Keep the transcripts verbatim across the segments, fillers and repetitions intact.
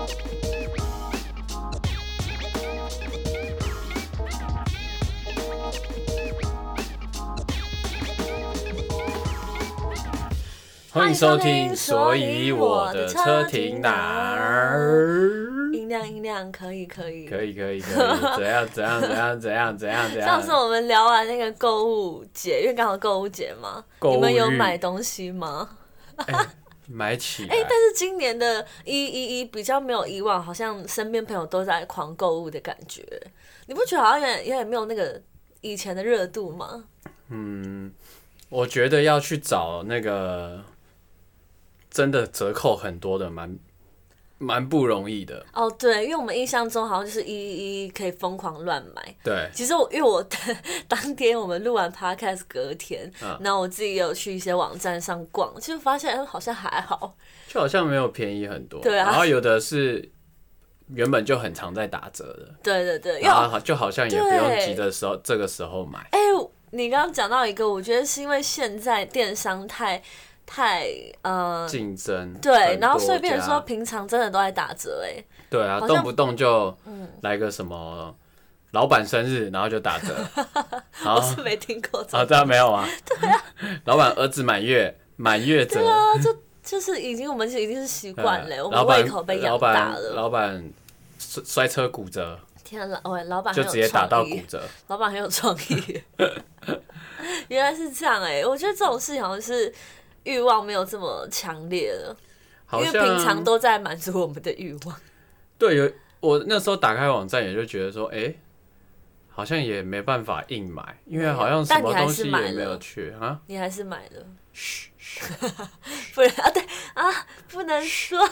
欢迎收听，所以我的车停哪儿？ 音量音量可以可以可以可以可以，怎样怎样怎样怎样怎样怎样？ 上次我们聊完那个购物节，因为刚好购物节嘛，你们有买东西吗？ 欸、买起来。 哎、欸，但是今年的一一一比较没有以往，好像身边朋友都在狂购物的感觉，你不觉得好像有点有点没有那个以前的热度吗？ 嗯，我觉得要去找那个。真的折扣很多的，蛮蛮不容易的。 哦，对，因为我们印象中好像就是一一一可以疯狂乱买。 对， 其实我因为我当天我们录完 podcast 隔天， 嗯、 然后我自己也有去一些网站上逛，其实发现好像还好， 就好像没有便宜很多。 对啊， 然后有的是原本就很常在打折的。 对对对， 然后就好像也不用急的时候这个时候买。 哎、欸，你刚刚讲到一个，我觉得是因为现在电商太。太呃竞争对，然后所以变成说平常真的都在打折哎、欸， 对啊，动不动就来个什么老板生日，然后就打折， 我是没听过这啊，这样没有吗？ 对啊， 老板儿子满月满月折， 对啊，就就是已经我们已经是习惯了，我们胃口被养大了。 老板摔车骨折， 天啊，老老板就直接打到骨折， 老板很有创意，原来是这样哎、欸，我觉得这种事情好像是。欲望没有这么强烈了，因为平常都在满足我们的欲望。 对，有我那时候打开网站也就觉得说，哎、欸，好像也没办法硬买，因为好像什么东西也没有缺啊。 你还是买了？ 嘘嘘， 不然啊，对啊，不能说。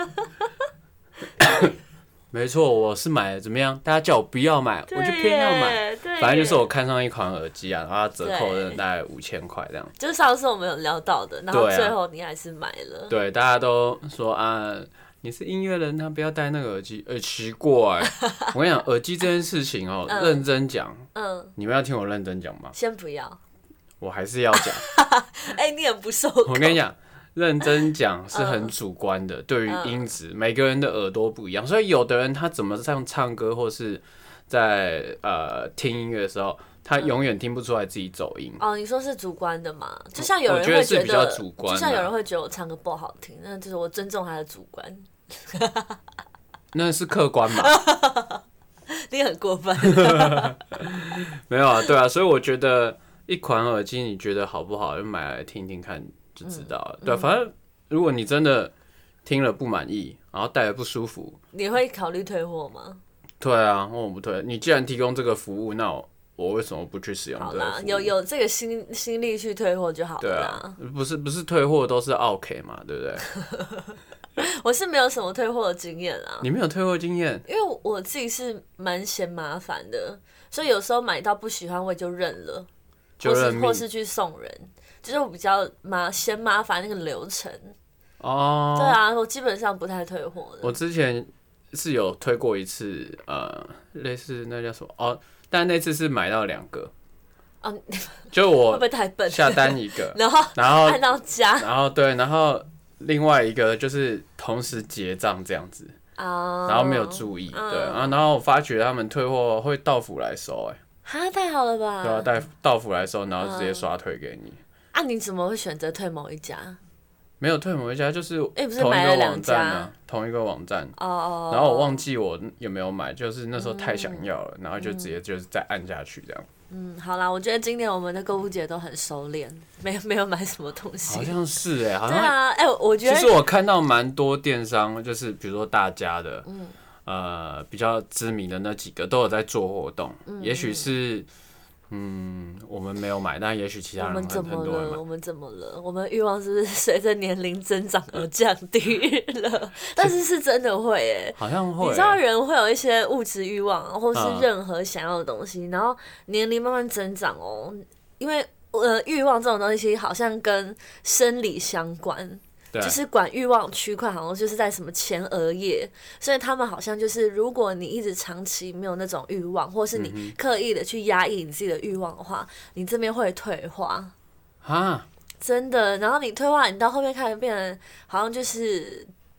没错，我是买了，怎么样？大家叫我不要买，我就偏要买。反正就是我看上一款耳机啊，然后它折扣的大概五千块这样。 就是上次我们有聊到的，然后最后你还是买了。 对，大家都说啊，你是音乐人，他不要戴那个耳机。哎、欸，奇怪，我跟你讲，耳机这件事情哦、喔，嗯、认真讲，嗯，你们要听我认真讲吗？ 先不要， 我还是要讲。 哎、欸，你很不受控。 我跟你讲。认真讲是很主观的，嗯、对于音质，嗯、每个人的耳朵不一样，所以有的人他怎么在唱歌或是在呃听音乐的时候，他永远听不出来自己走音。 哦，你说是主观的嘛？就像有人会觉得， 我觉得是比较主观， 就像有人会觉得我唱歌不好听，那就是我尊重他的主观。 那是客观吧？ 你很过分。 没有啊，对啊，所以我觉得一款耳机你觉得好不好，就买来听听看。就知道了，嗯、对、啊，反正如果你真的听了不满意，然后戴了不舒服， 你会考虑退货吗？ 对啊，我不退。你既然提供这个服务，那我我为什么不去使用这个服务？ 好啦，有有这个心心力去退货就好了啦。 对啊，不是不是退货都是 OK 嘛，对不对？ 我是没有什么退货的经验啊。 你没有退货经验？ 因为我自己是蛮嫌麻烦的，所以有时候买到不喜欢我就认了， 就认命， 或是或是去送人。就是我比较麻嫌麻烦那个流程哦，对啊，我基本上不太退货的。 我之前是有推过一次，呃，类似那叫什么哦，但那次是买到两个，哦，就我会不会太笨？ 下单一个， 然后然后按到家， 然后对，然后另外一个就是同时结账这样子啊，然后没有注意，嗯、对啊，然后我发觉他们退货会到府来收、欸，哎， 哈，太好了吧？ 对啊，到到府来收，然后直接刷退给你。嗯啊，你怎么会选择退某一家？ 没有退某一家，就是同一个网站啊，同一个网站。 哦。 然后我忘记我有没有买，就是那时候太想要了，嗯、然后就直接就是再按下去这样。 嗯，好啦，我觉得今年我们的购物节都很收敛，没有没有买什么东西。 好像是哎、欸，好像。 对啊，哎、欸，我觉得。 其实我看到蛮多电商，就是比如说大家的，嗯、呃，比较知名的那几个都有在做活动，嗯、也许是。嗯，我们没有买，但也许其他人很多人买。 我们怎么了？我们欲望是不是随着年龄增长而降低了？但是是真的会诶、欸， 好像会、欸。 你知道人会有一些物质欲望，或是任何想要的东西，嗯、然后年龄慢慢增长哦，因为呃欲望这种东西好像跟生理相关。就是管欲望区块好像就是在什么前额叶，所以他们好像就是如果你一直长期没有那种欲望，或是你刻意的去压抑你自己的欲望的话，你这边会退化啊，真的。然后你退化，你到后面开始变成好像就是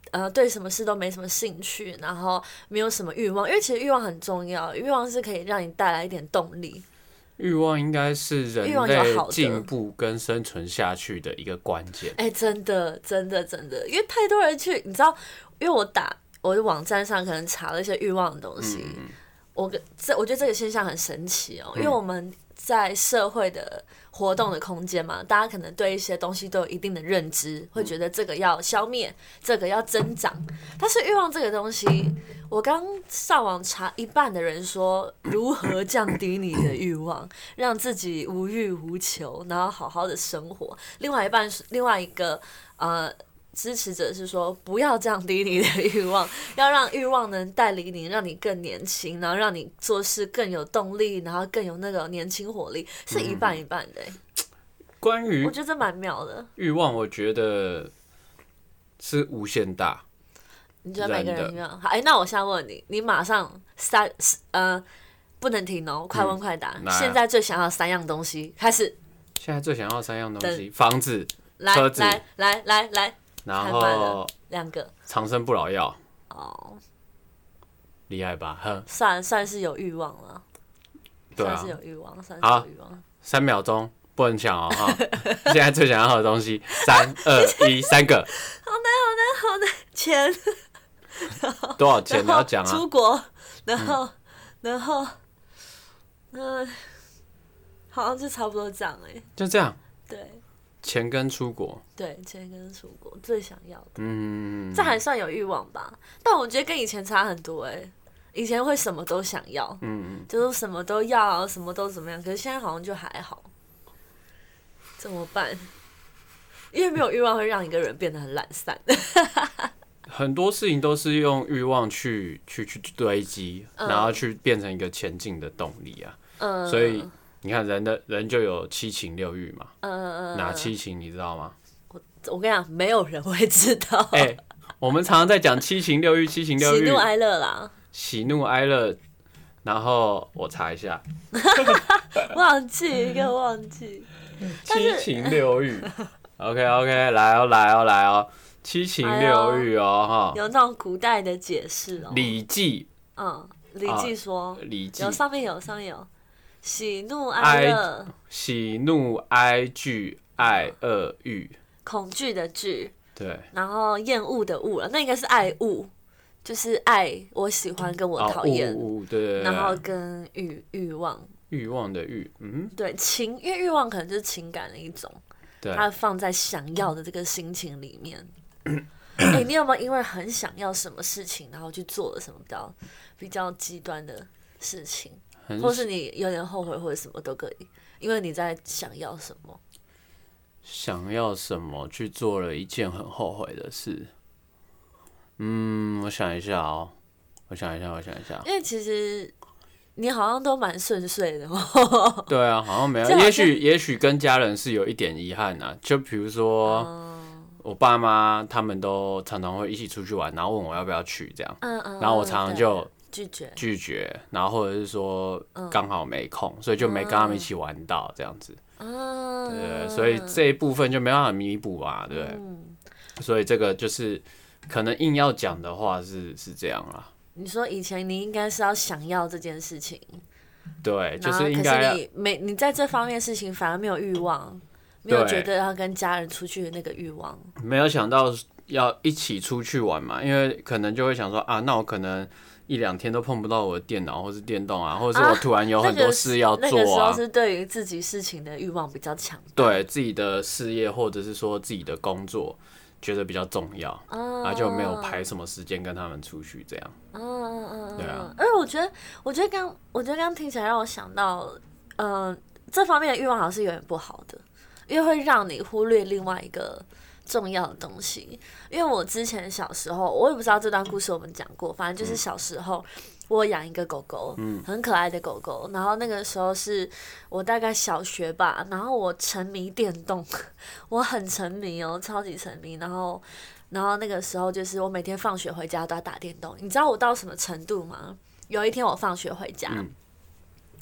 呃对什么事都没什么兴趣，然后没有什么欲望，因为其实欲望很重要，欲望是可以让你带来一点动力。 欲望应该是人类进步跟生存下去的一个关键。 哎、欸，真的，真的，真的，因为太多人去，你知道，因为我打我的网站上可能查了一些欲望的东西，嗯、我这我觉得这个现象很神奇哦，因为我们在社会的活动的空间嘛，大家可能对一些东西都有一定的认知，会觉得这个要消灭，这个要增长，但是欲望这个东西。我刚上网查，一半的人说如何降低你的欲望，让自己无欲无求，然后好好的生活。另外一半，另外一个呃支持者是说，不要降低你的欲望，要让欲望能带领你，让你更年轻，然后让你做事更有动力，然后更有那个年轻活力，是一半一半的、欸。 关于我觉得这蛮妙的。 欲望，我觉得是无限大。 你觉得每个人欲望好？哎、欸，那我现在问你，你马上三呃不能停哦，快问快答。嗯、现在最想要三样东西，开始。 现在最想要三样东西：房子、 来车子。 来来来来， 然后两个。 长生不老药。 哦， 厉害吧？呵， 算算是有欲望了。 对啊， 算是有欲望，算是有欲望。 三秒钟。不能抢哦哈！现在最想要的东西，三二一，三个。 好难，好难，好难！钱。 多少钱你要讲啊？ 出国，然后，嗯、然后，嗯、呃，好像就差不多这样哎、欸。 就这样。 对。 钱跟出国。 对，钱跟出国最想要的。 嗯。 这还算有欲望吧？但我觉得跟以前差很多哎、欸。以前会什么都想要，嗯，就是什么都要，什么都怎么样。可是现在好像就还好。怎么办？因为没有欲望会让一个人变得很懒散。 很多事情都是用欲望去去去堆积，嗯、然后去变成一个前进的动力啊。嗯、所以你看，人的人就有七情六欲嘛。嗯、哪七情你知道吗？ 我我跟你讲，没有人会知道。哎、 欸，我们常常在讲七情六欲，七情六欲， 喜怒哀乐啦。 喜怒哀乐，然后我查一下。 忘记一个忘记。 七情六欲 ，OK OK， 来哦来哦来哦，七情六欲哦哈， 有那种古代的解释哦， 《礼记》 嗯，《礼记》说， 《礼记》 有上面有上面有，喜怒哀乐， 喜怒哀惧爱恶欲， 恐惧的惧， 对， 然后厌恶的恶了，那应该是爱恶，就是爱我喜欢跟我讨厌， 哦、对, 对, 对， 然后跟欲欲望。 欲望的欲，嗯， 对，情，因为欲望可能就是情感的一种，对，它放在想要的这个心情里面。哎、欸，你有没有因为很想要什么事情，然后去做了什么比较比较极端的事情，或是你有点后悔或者什么都可以，因为你在想要什么？ 想要什么去做了一件很后悔的事？嗯，我想一下哦，我想一下，我想一下， 因为其实。你好像都蛮顺遂的哦。 对啊，好像没有。也许也许跟家人是有一点遗憾啊，就比如说、嗯、我爸妈他们都常常会一起出去玩，然后问我要不要去这样，嗯嗯、然后我常常就拒绝拒绝，然后或者是说刚好没空，嗯、所以就没跟他们一起玩到这样子。嗯、对，所以这一部分就没办法弥补嘛，对不对？嗯、所以这个就是可能硬要讲的话是是这样啦。 你说以前你应该是要想要这件事情， 对，就是应该。 可是你没你在这方面的事情反而没有欲望，没有觉得要跟家人出去的那个欲望。 没有想到要一起出去玩嘛，因为可能就会想说啊，那我可能一两天都碰不到我的电脑或是电动啊，或者是我突然有很多事要做啊。 那个时候是对于自己事情的欲望比较强， 对自己的事业或者是说自己的工作。觉得比较重要，然后就没有排什么时间跟他们出去这样。嗯嗯嗯，对啊。 而且我觉得，我觉得刚，我觉得刚刚听起来让我想到，嗯、呃，这方面的欲望好像是有点不好的，因为会让你忽略另外一个重要的东西。因为我之前小时候，我也不知道这段故事我们讲过，反正就是小时候。嗯我养一个狗狗，嗯，很可爱的狗狗。然后那个时候是我大概小学吧，然后我沉迷电动，我很沉迷哦，超级沉迷。然后，然后那个时候就是我每天放学回家都要打电动。你知道我到什么程度吗？有一天我放学回家，嗯、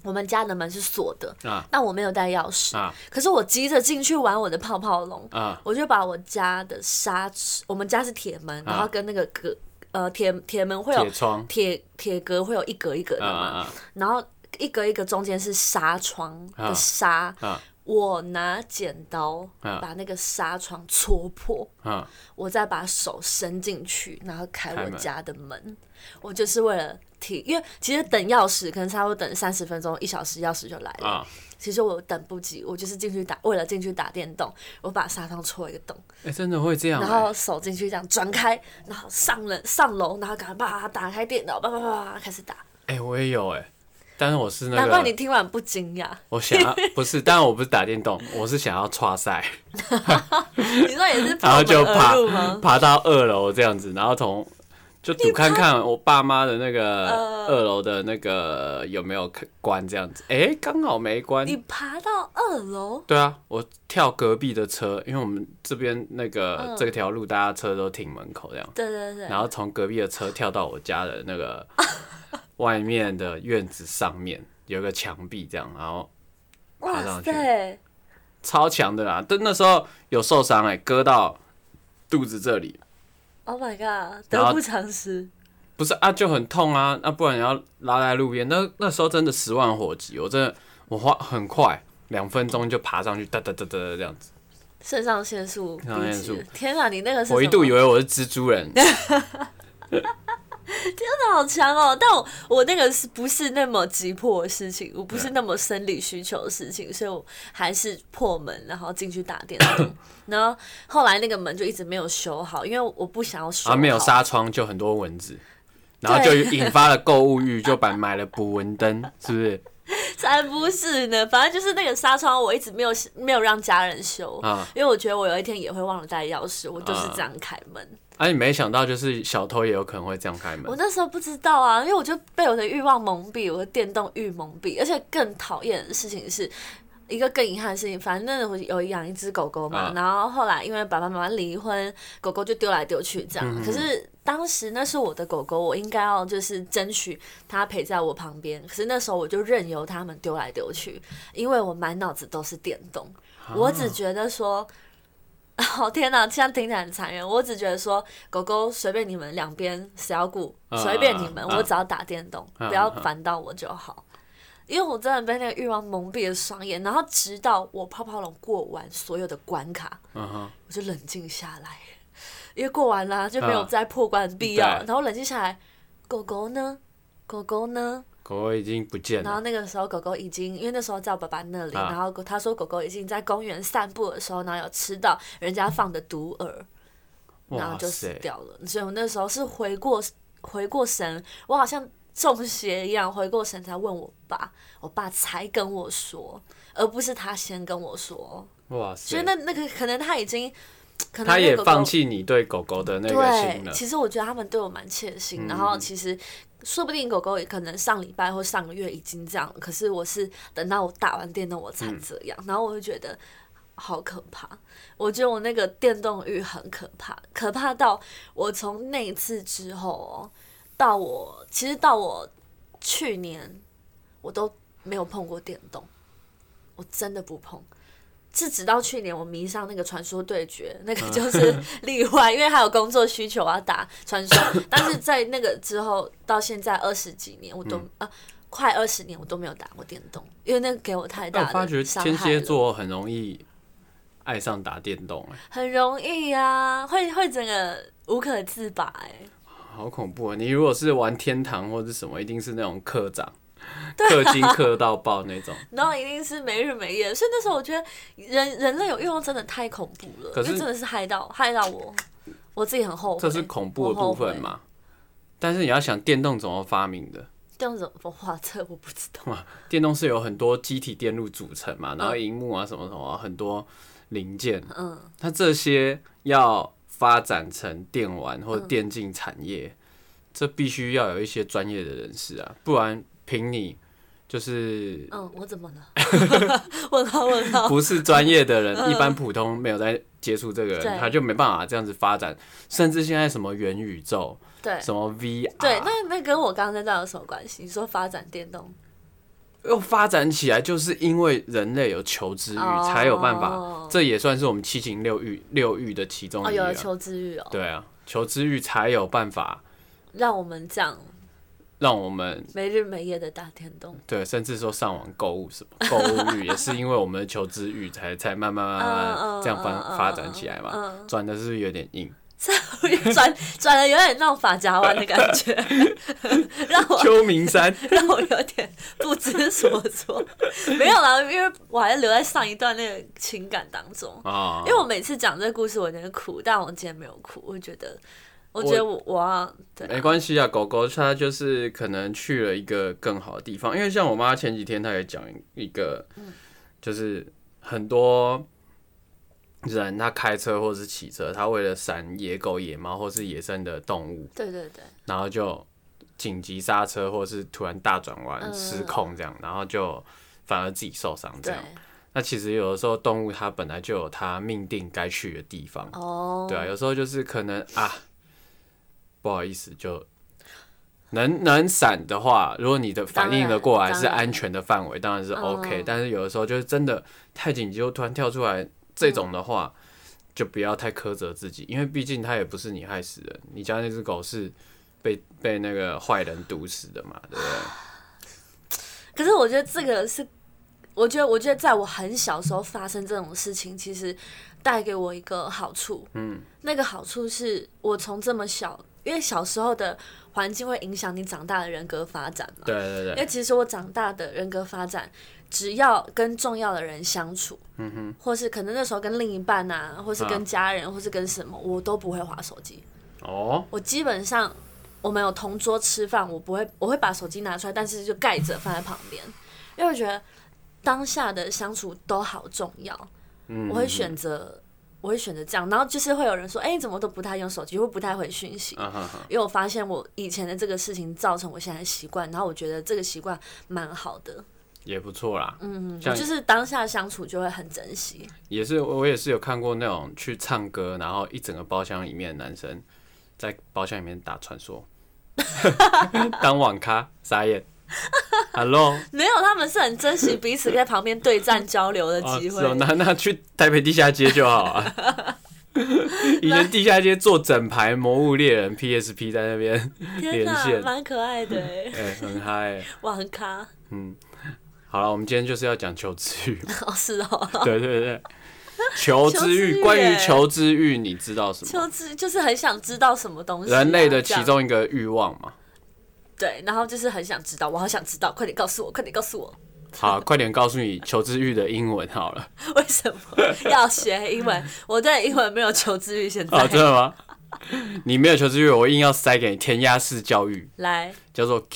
我们家的门是锁的， 啊， 但我没有带钥匙， 啊， 可是我急着进去玩我的泡泡龙， 啊， 我就把我家的纱，我们家是铁门，然后跟那个隔呃铁铁门会有铁窗， 铁铁格会有一格一格的嘛， 啊啊然后一格一格中间是纱窗的纱， 啊我拿剪刀啊把那个纱窗戳破， 啊， 我再把手伸进去，然后开开门我家的门。我就是为了提，因为其实等钥匙可能差不多等三十分钟、一小时，钥匙就来了。 啊， 其实我等不及，我就是进去打，为了进去打电动，我把纱窗戳一个洞， 哎、真的会这样、欸， 然后手进去这样转开，然后上了上楼，然后赶快把它打开电脑，叭叭叭叭开始打。 哎、我也有哎、欸，但是我是那个， 难怪你听完不惊讶。 我想要不是，但我不是打电动，我是想要刷赛， 你说也是然后破门就爬而入吗？ 爬到二楼这样子，然后从就赌看看我爸妈的那个呃二楼的那个有没有关这样子，哎、欸，刚好没关。 你爬到二楼？ 对啊，我跳隔壁的车，因为我们这边那个、 嗯这条路大家车都停门口这样， 对对对。 然后从隔壁的车跳到我家的那个外面的院子上面有个墙壁这样，然后爬哇上去， 塞！ 超强的啦！但那时候有受伤哎，割到肚子这里。 Oh my god， 然后得不偿失。 不是啊，就很痛啊，那、啊、不然你要拉在路边。那那时候真的十万火急，我真的我花很快，两分钟就爬上去，哒哒哒哒这样子。 肾上腺素肾上腺素低级，天哪，你那个是我一度以为我是蜘蛛人， 真的好强哦！但我我那个是不是那么急迫的事情？我不是那么生理需求的事情，所以我还是破门，然后进去打电动。然后后来那个门就一直没有修好，因为我不想要修好。 啊，没有纱窗就很多蚊子，然后就引发了购物欲，就把买了捕蚊灯，是不是？ 才不是呢，反正就是那个纱窗，我一直没有没有让家人修， 啊、 因为我觉得我有一天也会忘了带钥匙，我就是这样开门。 啊，你没想到就是小偷也有可能会这样开门。 我那时候不知道啊，因为我就被我的欲望蒙蔽，我的电动欲蒙蔽，而且更讨厌的事情是。一个更遗憾的事情，反正那我有养一只狗狗嘛，啊、然后后来因为爸爸妈妈离婚，狗狗就丢来丢去这样。嗯、可是当时那是我的狗狗，我应该要就是争取它陪在我旁边。可是那时候我就任由它们丢来丢去，因为我满脑子都是电动，啊、我只觉得说，哦天哪，这样听起来很残忍。我只觉得说，狗狗随便你们两边谁要顾，随便你们，啊、我只要打电动，啊、不要烦到我就好。因为我真的被那个欲望蒙蔽了双眼，然后直到我泡泡龙过完所有的关卡， uh-huh. 我就冷静下来，因为过完了就没有再破关的必要。Uh, 然后冷静下来，狗狗呢？狗狗呢？ 狗狗已经不见了。 然后那个时候狗狗已经，因为那时候在我爸爸那里，uh. 然后他说狗狗已经在公园散步的时候，然后有吃到人家放的毒饵，然后就死掉了。所以我那时候是回过回过神，我好像。中邪一样回过神才问我爸，我爸才跟我说，而不是他先跟我说。 哇塞！ 所以那那个可能他已经，可能他也放弃你对狗狗的那个心了。 对，其实我觉得他们对我蛮切心，嗯、然后其实说不定狗狗也可能上礼拜或上个月已经这样了，可是我是等到我打完电动我才这样，嗯、然后我就觉得好可怕。我觉得我那个电动欲很可怕，可怕到我从那一次之后哦。到我其实到我去年，我都没有碰过电动，我真的不碰。是直到去年我迷上那个传说对决，那个就是例外，因为还有工作需求要打传说。但是在那个之后到现在二十几年，我都、嗯、啊快二十年我都没有打过电动，因为那个给我太大的伤害了。 我发觉天蝎座很容易爱上打电动， 很容易啊，会会整个无可自拔哎。 好恐怖啊！你如果是玩天堂或者什么，一定是那种课长，氪金氪到爆那种。 然后一定是没日没夜，所以那时候我觉得人人类有欲望真的太恐怖了，可是因为真的是害到害到我，我自己很后悔。 这是恐怖的部分嘛？但是你要想，电动怎么发明的？ 电动怎么哇？这我不知道。 电动是有很多基体电路组成嘛，然后萤幕啊什么什么、啊、很多零件，嗯，它这些要发展成电玩或者电竞产业，嗯、这必须要有一些专业的人士啊，不然凭你就是嗯，我怎么了？问号问号， 不是专业的人，嗯、一般普通没有在接触这个人，他就没办法这样子发展。甚至现在什么元宇宙， 对， 什么 V R， 对，那那跟我刚刚那道有什么关系？你说发展电动？ 又发展起来，就是因为人类有求知欲，哦、才有办法。这也算是我们七情六欲六欲的其中一个。 哦，有了求知欲哦。 对啊，求知欲才有办法让我们这样， 让我们没日没夜的打电动。 对，甚至说上网购物什么，购物欲也是因为我们的求知欲才才慢慢慢慢这样发发展起来嘛。转的是不是有点硬？ 转转的有点那种法家湾的感觉，让我秋名山让我有点不知所措。没有啦，因为我还是留在上一段那个情感当中。哦、因为我每次讲这个故事，我有点哭，但我今天没有哭。我觉得，我觉得我我要对、啊、 没关系啊，狗狗它就是可能去了一个更好的地方。因为像我妈前几天她也讲一个，就是很多。人他开车或是骑车，他为了闪野狗、野猫或是野生的动物， 对对对， 然后就紧急刹车，或是突然大转弯、失控这样，然后就反而自己受伤这样。那其实有的时候动物它本来就有它命定该去的地方，哦，对啊，有时候就是可能啊，不好意思，就能能闪的话，如果你的反应的过来是安全的范围，当然是 OK、嗯。但是有的时候就是真的太紧急，又突然跳出来。这种的话，就不要太苛责自己，因为毕竟它也不是你害死人，你家那只狗是被被那个坏人毒死的嘛，对不对？ 可是我觉得这个是，我觉得我觉得在我很小时候发生这种事情，其实带给我一个好处，嗯，那个好处是我从这么小，因为小时候的环境会影响你长大的人格发展嘛， 对对对， 因为其实我长大的人格发展。只要跟重要的人相处，嗯哼，或是可能那时候跟另一半啊，或是跟家人，啊、或是跟什么，我都不会滑手机。哦，我基本上我们有同桌吃饭，我不会，我会把手机拿出来，但是就盖着放在旁边，因为我觉得当下的相处都好重要。嗯，我会选择，我会选择这样。然后就是会有人说，哎、欸，你怎么都不太用手机，或不太回讯息？啊、哈哈因为我发现我以前的这个事情造成我现在的习惯，然后我觉得这个习惯蛮好的。 也不错啦， 嗯，我就是当下相处就会很珍惜。 也是，我也是有看过那种去唱歌，然后一整个包厢里面的男生在包厢里面打传说，当网咖傻眼。Hello， 没有，他们是很珍惜彼此在旁边对战交流的机会。 哦哦、那那去台北地下街就好啊。以前地下街做整排《魔物猎人》P S P 在那边连线， 蛮可爱的哎、 欸，很嗨、欸， 网咖。 嗯。好了，我们今天就是要讲求知欲。 哦，是哦。 对对对，求知欲。关于求知欲，你知道什么？ 求知就是很想知道什么东西、啊。 人类的其中一个欲望嘛。 对，然后就是很想知道，我好想知道，快点告诉我，快点告诉我。 好，快点告诉你求知欲的英文好了。 为什么要学英文？我对英文没有求知欲，现在。 哦，真的吗？你没有求知欲，我硬要塞给你填鸭式教育。 来， 叫做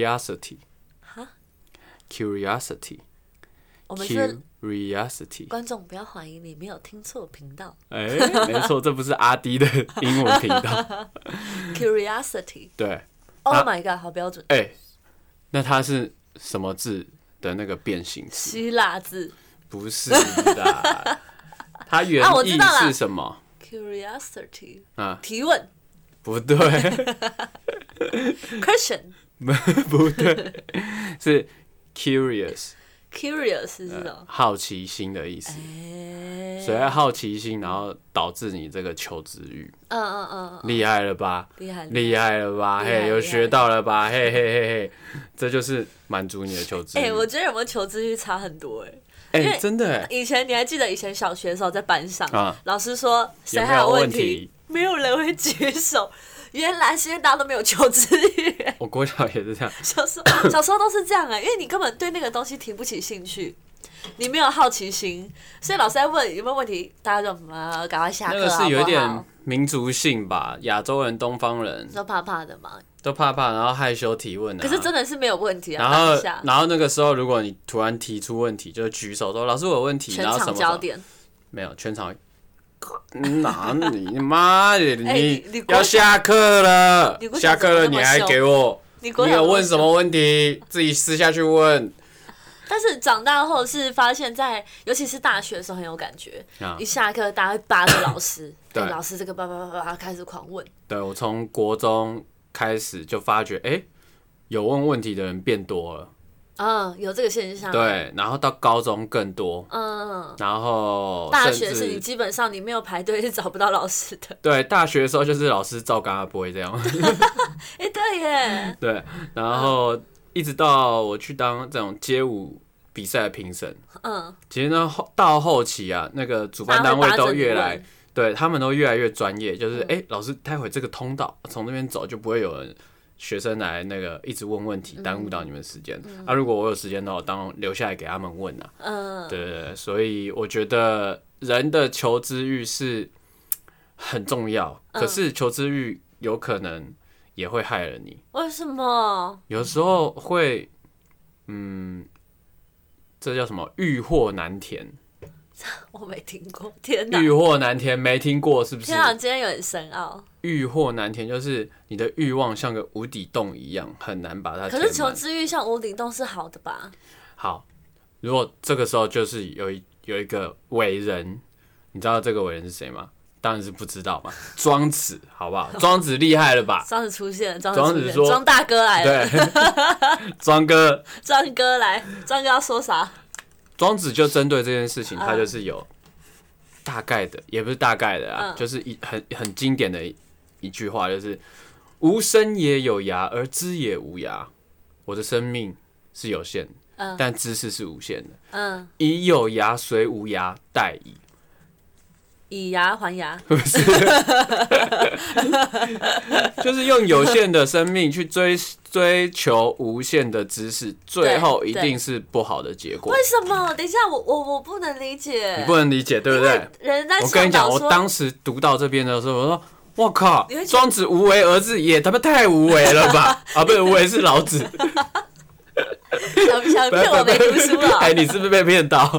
curiosity。Curiosity， 我们是 Curiosity， 观众不要怀疑你没有听错频道。 哎、欸，没错，这不是阿迪的英文频道。 Curiosity， 对。 Oh my god， 好标准。 哎、欸，那它是什么字的那个变形词？ 希腊字。 不是的，它原意是什么、啊、 ？Curiosity， 啊， 提问。 不对。 Question。 不对，是 curious。Curious 是这种、呃、 好奇心的意思，欸、所以好奇心，然后导致你这个求知欲。嗯嗯嗯，厉害了吧？厉害厉害了吧？嘿，有学到了吧？嘿嘿嘿嘿，这就是满足你的求知欲。哎、 欸，我觉得有没有求知欲差很多哎、 欸。哎、欸，真的哎、 欸。以前你还记得以前小学的时候在班上，啊、老师说谁还有问题，没有人会举手。原来是因为大家都没有求知欲。 我国小也是这样， 小时候小时候都是这样哎，因为你根本对那个东西提不起兴趣，你没有好奇心，所以老师在问有没有问题，大家就啊赶快下课。 那个是有一点民族性吧，亚洲人、东方人都怕怕的嘛， 都怕怕，然后害羞提问啊。 可是真的是没有问题啊。 然后然后那个时候，如果你突然提出问题，就举手说老师我有问题，然后什么焦点没有全场。哪你妈的！你要下课了，下课了你还给我，你有问什么问题？自己私下去问。 但是长大后是发现在，尤其是大学的时候很有感觉，啊、一下课大家会扒着老师，对、欸，老师这个叭叭叭叭开始狂问。 对，我从国中开始就发觉，哎、欸，有问问题的人变多了。 嗯，有这个现象。 对，然后到高中更多。嗯，然后大学是你基本上你没有排队是找不到老师的。 对，大学的时候就是老师照刚刚不会这样。 哎、欸，对耶。 对，然后一直到我去当这种街舞比赛的评审。嗯，其实呢，到后期啊，那个主办单位都越来，对他们都越来越专业，就是哎、嗯欸，老师待会这个通道从那边走，就不会有人。学生来那个一直问问题，耽误到你们时间、嗯。啊，如果我有时间的话，当然留下来给他们问啊。嗯，对对对，所以我觉得人的求知欲是很重要，嗯、可是求知欲有可能也会害了你。 为什么？ 有时候会，嗯，这叫什么？欲壑难填。 我没听过，天哪！ 欲壑难填，没听过是不是？ 天哪，今天有点深奥。 欲壑难填就是你的欲望像个无底洞一样，很难把它填满。 可是求知欲像无底洞是好的吧？ 好，如果这个时候就是有一有一个伟人，你知道这个伟人是谁吗？当然是不知道嘛。庄子，好不好？庄子厉害了吧？ 庄子出现了，庄子出现，庄大哥来了。 对，庄哥， 庄哥来，庄哥要说啥？ 庄子就针对这件事情，他就是有大概的，也不是大概的啊，嗯、就是一很很经典的一一句话，就是“吾生也有涯，而知也无涯”。我的生命是有限的，嗯、但知识是无限的。嗯，以有涯随无涯，殆矣。 以牙还牙， 不是，就是用有限的生命去追追求无限的知识，最后一定是不好的结果。 为什么？等一下，我我我不能理解。 你不能理解，对不对？ 人在我跟你讲，我当时读到这边的时候，我说：“我靠，庄子无为而治也他妈太无为了吧？”啊，不是无为是老子。 想不想骗我没读书啊？ 哎，你是不是被骗到？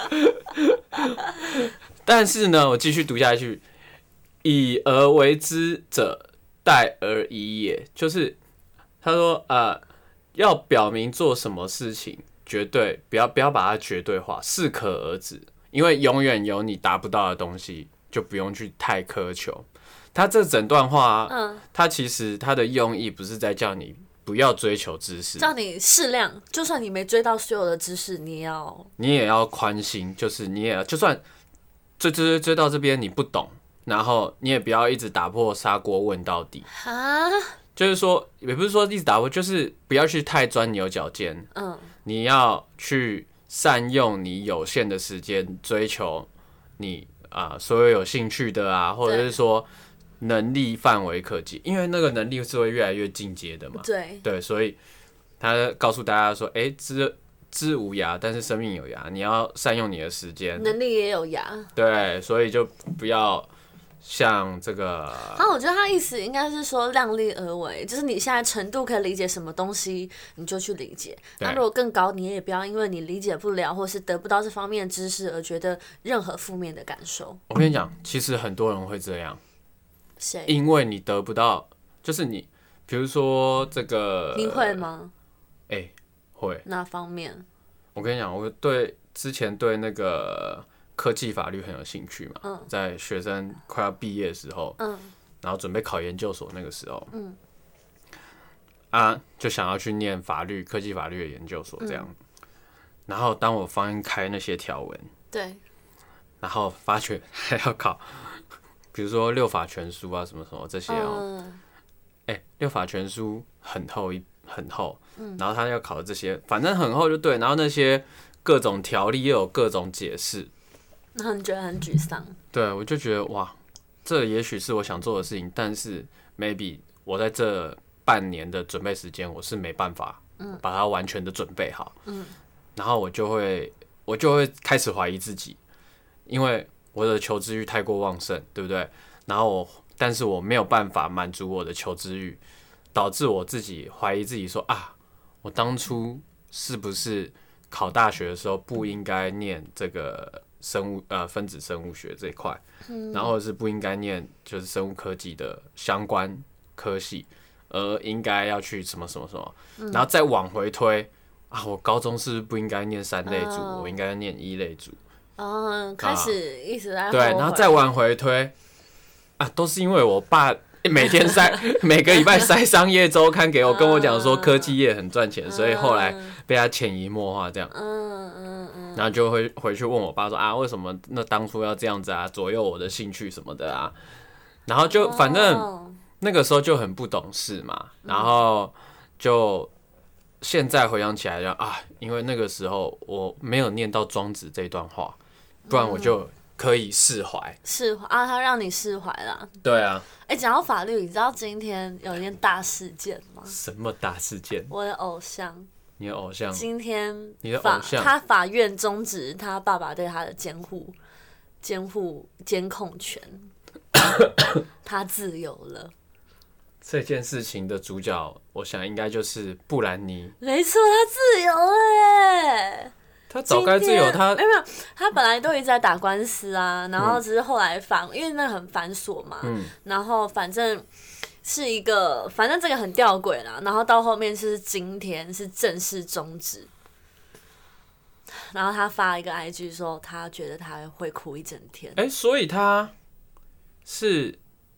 但是呢，我继续读下去，以而为之者，殆而已也。就是他说，呃，要表明做什么事情，绝对不要不要把它绝对化，适可而止，因为永远有你达不到的东西，就不用去太苛求。他这整段话、啊，嗯，他其实他的用意不是在叫你不要追求知识， 叫你适量，就算你没追到所有的知识，你也要你也要宽心，就是你也要就算。追追追追到这边你不懂，然后你也不要一直打破砂锅问到底。啊，就是说，也不是说一直打破，就是不要去太钻牛角尖。嗯，你要去善用你有限的时间，追求你啊、呃、所有有兴趣的啊，或者是说能力范围可及，因为那个能力是会越来越进阶的嘛。 对对，所以他告诉大家说，哎、欸，知。知无涯，但是生命有涯，你要善用你的时间， 能力也有涯。 对，所以就不要像这个。 那我觉得他意思应该是说量力而为，就是你现在程度可以理解什么东西，你就去理解。那如果更高，你也不要因为你理解不了或是得不到这方面的知识而觉得任何负面的感受。 我跟你讲，其实很多人会这样。 谁？ 因为你得不到，就是你，比如说这个。 你会吗？ 哎、欸。会哪方面？ 我跟你讲，我对之前对那个科技法律很有兴趣嘛，嗯、在学生快要毕业的时候，嗯、然后准备考研究所那个时候，嗯、啊，就想要去念法律、科技法律的研究所这样。嗯、然后当我翻开那些条文， 对， 然后发觉还要考，比如说六法全书啊，什么什么这些哦、喔，哎、嗯欸，六法全书很厚一。很厚，然后他要考的这些，反正很厚就对。然后那些各种条例又有各种解释， 然后你觉得很沮丧？ 对，我就觉得哇，这也许是我想做的事情，但是 maybe 我在这半年的准备时间，我是没办法把它完全的准备好。嗯，然后我就会我就会开始怀疑自己，因为我的求知欲太过旺盛，对不对？然后我，但是我没有办法满足我的求知欲。导致我自己怀疑自己说啊，我当初是不是考大学的时候不应该念这个生物呃分子生物学这一块，嗯、然后或者是不应该念就是生物科技的相关科系，而应该要去什么什么什么，嗯、然后再往回推啊，我高中是不是不应该念三类组，哦、我应该念一类组。 哦，开始一直在后悔。 对，然后再往回推啊，都是因为我爸。 每天塞每个礼拜塞商业周刊给我，跟我讲说科技业很赚钱，所以后来被他潜移默化这样。嗯嗯嗯。然后就会回去问我爸说啊，为什么那当初要这样子啊，左右我的兴趣什么的啊？然后就反正那个时候就很不懂事嘛，然后就现在回想起来就啊，因为那个时候我没有念到庄子这段话，不然我就可以释怀。 释怀啊，他让你释怀啦。 对啊。 哎，讲到法律，你知道今天有一件大事件吗？ 什么大事件？ 我的偶像。 你的偶像？ 今天你的偶像？ 他法院终止他爸爸对他的监护、监护、监控权，他自由了。 这件事情的主角，我想应该就是布兰妮。 没错，他自由了耶！ 他早该自由，他没有没有，他本来都一直在打官司啊，然后只是后来反，因为那很繁琐嘛，嗯、然后反正是一个，反正这个很吊诡啦，然后到后面是今天是正式终止，然后他发一个 I G 说，他觉得他会哭一整天。 哎、欸，所以他是。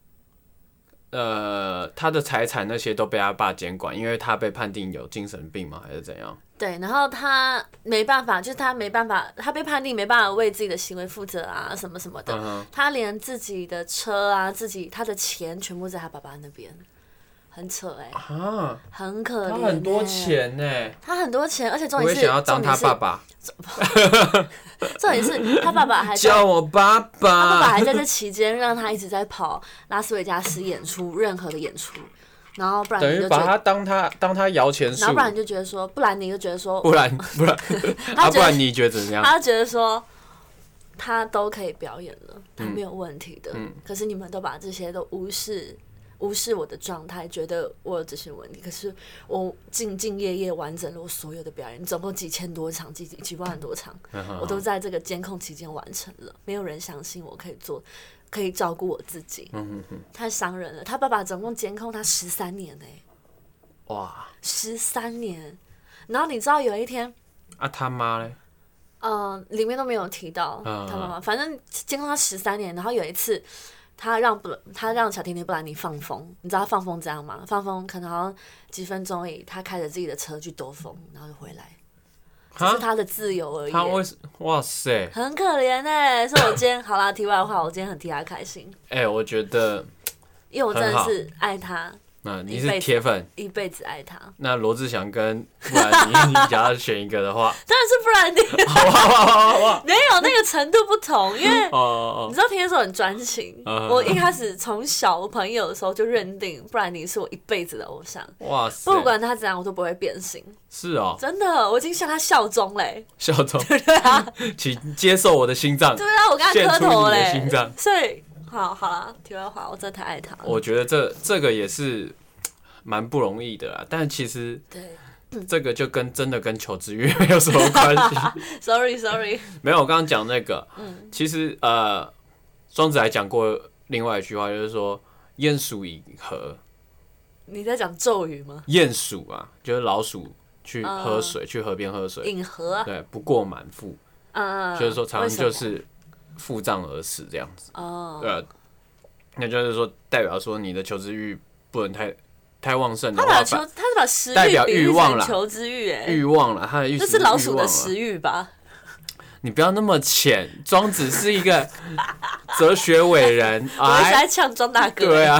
呃，他的财产那些都被他爸监管，因为他被判定有精神病吗？还是怎样？ 对，然后他没办法，就是他没办法，他被判定没办法为自己的行为负责啊，什么什么的。嗯、他连自己的车啊，自己他的钱全部在他爸爸那边，很扯哎、欸，啊，很可怜、欸。 他很多钱呢、欸， 他很多钱，而且重点是， 我也想要当他爸爸。 重点是他爸爸还叫我爸爸， 他爸爸还在这期间让他一直在跑拉斯维加斯演出，任何的演出，然后不然等于把他当他当他摇钱树， 然后不然你就觉得说，不然你就觉得说， 不然不然啊，不然你觉得怎样？ 他觉得说他都可以表演了，他没有问题的，嗯、可是你们都把这些都无视。无视我的状态，觉得我有这些问题，可是我兢兢业业完整了我所有的表演，总共几千多场，几几万多场，我都在这个监控期间完成了。没有人相信我可以做，可以照顾我自己，太伤人了。他爸爸总共监控他十三年哎、欸，哇，十三年。然后你知道有一天啊，他妈嘞？ 嗯、呃，里面都没有提到他妈妈，反正监控他十三年。然后有一次。他让布他让小甜甜布兰妮放风，你知道他放风这样吗？放风可能好像几分钟而已，他开着自己的车去兜风，然后就回来，这是他的自由而已。 他为哇塞， 很可怜哎、欸！所以我今天好啦，题外话，我今天很替他开心。 哎、欸，我觉得， 因为我真的是爱他。 那你是铁粉， 一辈子爱他。 那罗志祥跟布兰妮，你假要选一个的话， 当然是布兰妮。 好好好好好， 没有那个程度不同，因为你知道天说很专情。我一开始从小朋友的时候就认定布兰妮是我一辈子的偶像。哇塞！不管他怎样，我都不会变心。 是哦， 真的，我已经向他效忠嘞。 效忠，对啊，请接受我的心脏。 对啊，我跟他磕头嘞。 心脏。 所以。好好啦，题外话，我真的太爱他了。 我觉得这这个也是蛮不容易的啦，但其实对、嗯、这个就跟真的跟求知欲没有什么关系。 Sorry Sorry， 没有，我刚刚讲那个，嗯、其实呃，庄子还讲过另外一句话，就是说鼹鼠饮河。 你在讲咒语吗？ 鼹鼠啊，就是老鼠去喝水，嗯、去河边喝水， 饮河、啊， 对，不过满腹，嗯，就是说常常就是。腹胀而死这样子，哦，对啊，那就是说代表说你的求知欲不能太太旺盛的话， 他把求他是把食欲代表欲望啦， 求知欲哎， 欲望啦，他的意思那是老鼠的食欲吧？ 你不要那么浅，庄子是一个哲学伟人， 我一直在呛庄大哥， 对啊。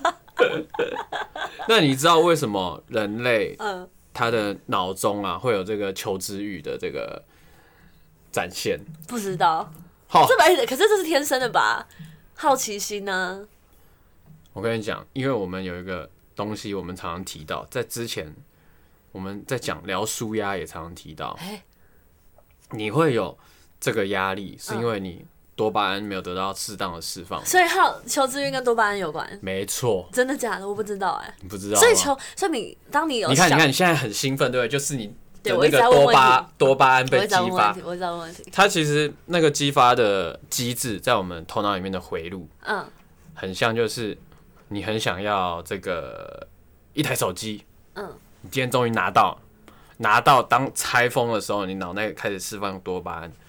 那你知道为什么人类嗯他的脑中啊会有这个求知欲的这个展现？ 不知道。这本可是这是天生的吧？好奇心呢、啊？ 我跟你讲，因为我们有一个东西，我们常常提到，在之前我们在讲聊舒压也常常提到，欸、你会有这个压力，是因为你多巴胺没有得到适当的释放， 所以好求知欲跟多巴胺有关。 没错， 真的假的？我不知道哎、欸， 你不知道？ 所以求，所以你当你有你看，你看，你现在很兴奋，对不对？就是你。的那个多巴多巴胺被激发， 我知道问题。 它其实那个激发的机制在我们头脑里面的回路，嗯，很像就是你很想要这个一台手机，嗯，你今天终于拿到，拿到当拆封的时候，你脑内开始释放多巴胺，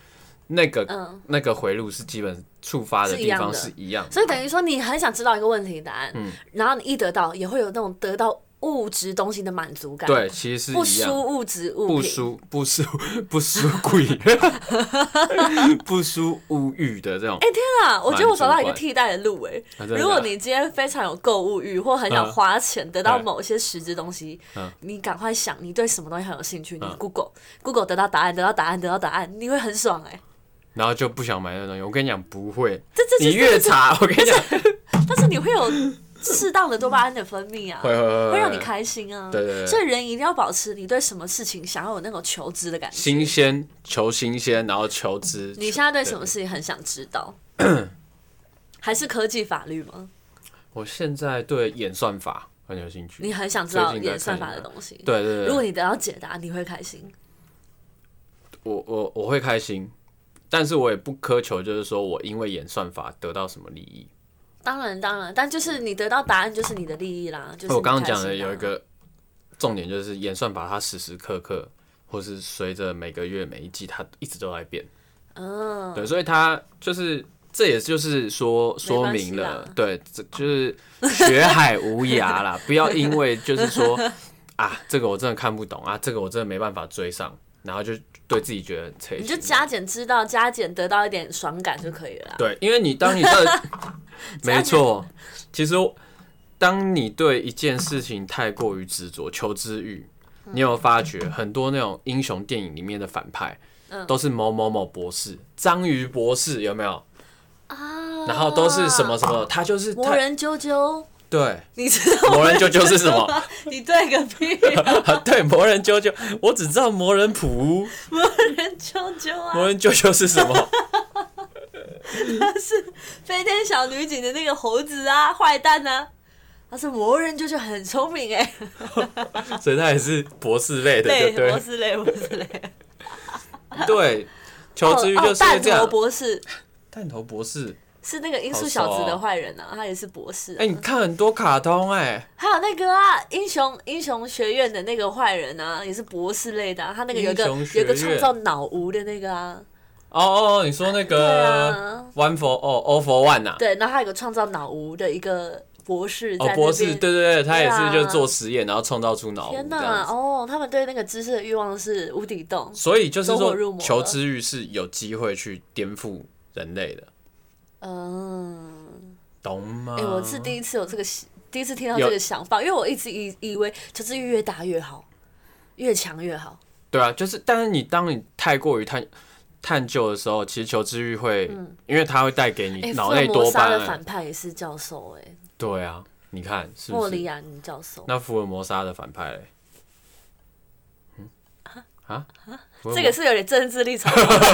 那个、 嗯、 那个回路是基本触发的地方是一样的， 所以等于说你很想知道一个问题的答案，嗯、然后你一得到，也会有那种得到物质东西的满足感。 对，其实是一样， 不输物质物品， 不输不输不输贵，不输物欲的这种。 哎、欸、天啊！我觉得我找到一个替代的路哎、 啊。 如果你今天非常有购物欲，或很想花钱得到某些实质东西，嗯、你赶快想你对什么东西很有兴趣，你 Google、嗯、Google 得到答案，得到答案，得到答案，你会很爽哎、欸。 然后就不想买那东西。我跟你讲，不会。 这这你越查，我跟你讲， 但是你会有适当的多巴胺的分泌啊， 会会会， 会让你开心啊。 对对对。 所以人一定要保持你对什么事情想要有那种求知的感觉， 新鲜，求新鲜，然后求知。 你现在对什么事情很想知道？还是科技法律吗？ 我现在对演算法很有兴趣。 你很想知道演算法的东西？ 对对对。 如果你得到解答，你会开心。 我我我会开心，但是我也不苛求，就是说我因为演算法得到什么利益。 当然当然，但就是你得到答案就是你的利益啦。就是、 我刚刚讲的有一个重点，就是演算法它时时刻刻，或是随着每个月每一季，它一直都在变。嗯，对，所以它就是这也就是说说明了，对，这就是学海无涯啦，不要因为就是说啊，这个我真的看不懂啊，这个我真的没办法追上。然后就对自己觉得很刺激， 你就加减知道，加减得到一点爽感就可以了。 对，因为你当你的没错，其实当你对一件事情太过于执着、求知欲，你有发觉很多那种英雄电影里面的反派，嗯、都是某某某博士、章鱼博士，有没有？啊，然后都是什么什么，他就是魔人啾啾。 对， 你知道魔人啾啾是什么？ 你对个屁、 啊！对，魔人啾啾，我只知道魔人普。 魔人啾啾啊！ 魔人啾啾是什么？ 他是飞天小女警的那个猴子啊，坏蛋啊！他是魔人啾啾，很聪明哎、 欸，所以他也是博士类的，对对， 博士类，博士类。 对，求知欲就是这样。 弹头博士， 弹头博士。 是那个音速小子的坏人啊，他也是博士、啊。 哎、欸，你看很多卡通哎、欸， 还有那个啊，英雄英雄学院的那个坏人啊，也是博士类的、啊。他那个有一个有一个创造脑无的那个啊。 哦哦，你说那个 One for 哦 All for One 啊？ 对，然后他有个创造脑无的一个博士在那边。 哦，博士，对对对，他也是就做实验，然后创造出脑无。 天哪，哦，他们对那个知识的欲望是无底洞。 所以就是说，求知欲是有机会去颠覆人类的。嗯，懂吗？ 哎、欸，我是第一次有这个，第一次听到这个想法，因为我一直以以为求知欲越大越好，越强越好。 对啊，就是，但是你当你太过于探探究的时候，其实求知欲会，嗯、因为它会带给你脑内多巴胺。福尔摩沙的反派也是教授哎、欸。 对啊，你看是不是？ 莫里亚尼教授。 那福尔摩沙的反派嘞？嗯啊啊，这个是有点政治立场。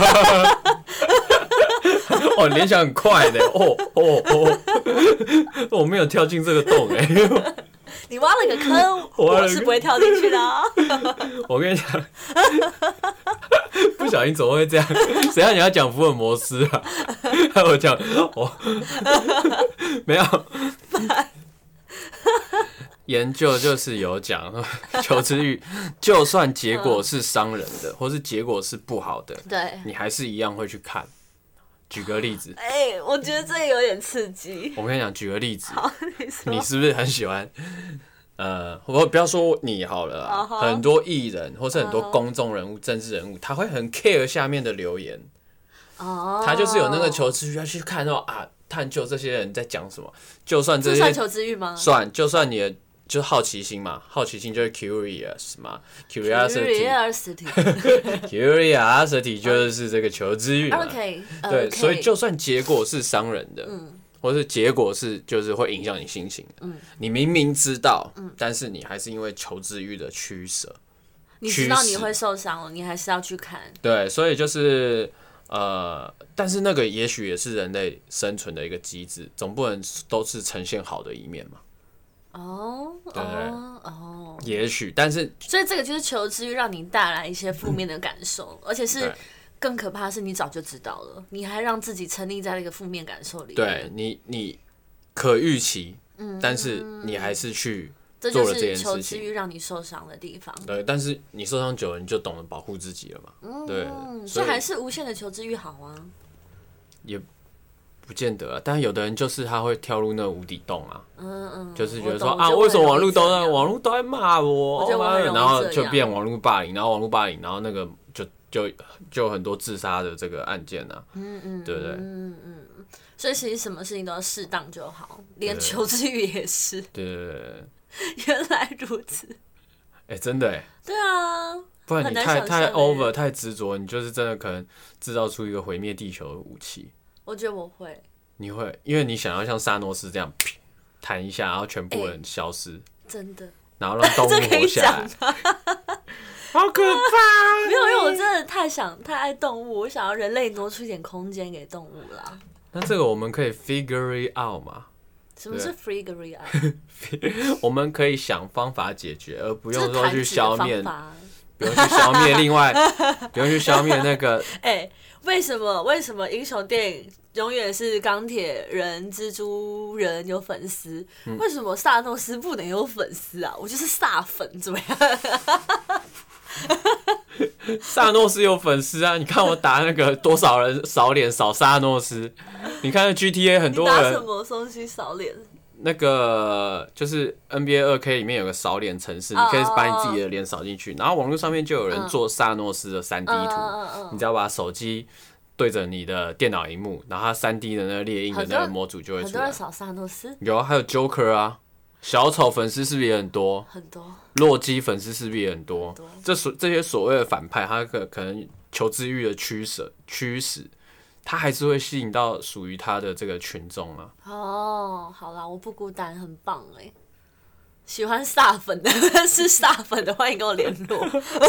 哦，联想很快的，哦哦哦，我没有跳进这个洞哎。 你挖了个坑，我是不会跳进去的、哦。 我跟你讲，不小心怎么会这样？谁让你要讲福尔摩斯啊？害我讲哦，没有。研究就是有讲，求知欲，就算结果是伤人的，或是结果是不好的， 对， 你还是一样会去看。举个例子， 哎、欸，我觉得这个有点刺激。 我跟你讲，举个例子， 好，你说， 你是不是很喜欢？呃，我不要说你好了啦， uh-huh. 很多艺人或是很多公众人物、uh-huh. 政治人物，他会很 care 下面的留言。哦、oh. 他就是有那个求知欲，要去看到啊，探究这些人在讲什么。就算这些， 这算求知欲吗？ 算，就算你的。就是好奇心嘛，好奇心就是 curious 嘛 ，curiosity，curiosity， curiosity 就是这个求知欲嘛。 Okay, 对， okay. 所以就算结果是伤人的，嗯、或是结果是就是会影响你心情的，嗯、你明明知道、嗯，但是你还是因为求知欲的驱舍， 你知道你会受伤了，你还是要去看。对， 所以就是呃，但是那个也许也是人类生存的一个机制，总不能都是呈现好的一面嘛。 哦，对不对？哦， 也许，但是， 所以这个就是求知欲让你带来一些负面的感受，而且是更可怕的是，你早就知道了，你还让自己沉溺在那个负面感受里面。 对你，你可预期，嗯，但是你还是去这就是求知欲让你受伤的地方。 对，但是你受伤久了，你就懂得保护自己了嘛。嗯，对， 所以还是无限的求知欲好啊。 也不见得啊，但有的人就是他会跳入那个无底洞啊。嗯嗯，就是觉得说啊，为什么网络都在网络都在骂我， 我然后就变网络霸凌，然后网络霸凌，然后那个就就就有很多自杀的这个案件啊。嗯嗯，对不对？嗯嗯。 所以其实什么事情都要适当就好，连求知欲也是。 对对对。 原来如此， 哎、欸，真的哎。 对啊， 不然你太太 over 太执着，你就是真的可能制造出一个毁灭地球的武器。 我觉得我会。 你会，因为你想要像萨诺斯这样弹一下，然后全部人消失。欸、 真的。 然后让动物活下来。好可怕！ 没有，因为我真的太想太爱动物，我想要人类挪出一点空间给动物啦。 那这个我们可以 figure it out 嘛？ 什么是 figure it out？ 我们可以想方法解决，而不用说去消灭，不用去消灭另外，不用去消灭那个。 哎、欸，为什么为什么英雄电影永远是钢铁人、蜘蛛人有粉丝？嗯、为什么萨诺斯不能有粉丝啊？我就是萨粉，怎么样？ 萨诺斯有粉丝啊！你看我打那个多少人扫脸扫萨诺斯，你看 G T A 很多人。 你打什么东西扫脸？ 那个就是 N B A 二 K 里面有个扫脸程式， oh, 你可以把你自己的脸扫进去， oh, 然后网络上面就有人做萨诺斯的 三 D 图， oh, oh, oh. 你只要把手机对着你的电脑萤幕，然后它 三 D 的那个列印的那个模组就会出来。 很多人扫萨诺斯。 有啊，还有 Joker 啊。小丑粉丝是不是也很多？ 很多。 洛基粉丝是不是也很多？很多。这所这些所谓的反派，他可可能求知欲的驱使驱使，他还是会吸引到属于他的这个群众啊。 哦，好啦，我不孤单，很棒哎。喜欢萨粉的是萨粉的，欢迎跟我联络。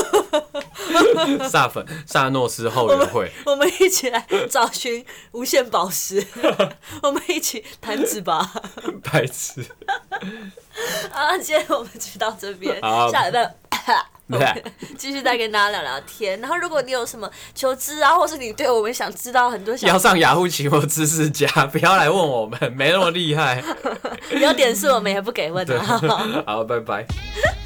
萨粉萨诺斯后援会我，我们一起来找寻无限宝石，我们一起弹指吧。 白痴。 啊，今天我们就到这边，下礼拜。继续再跟大家聊聊天，然后如果你有什么求知啊，或是你对我们想知道很多想， 要上雅虎奇摩知识家，不要来问我们，没那么厉害。 有点事我们也不给问的。 好，拜拜。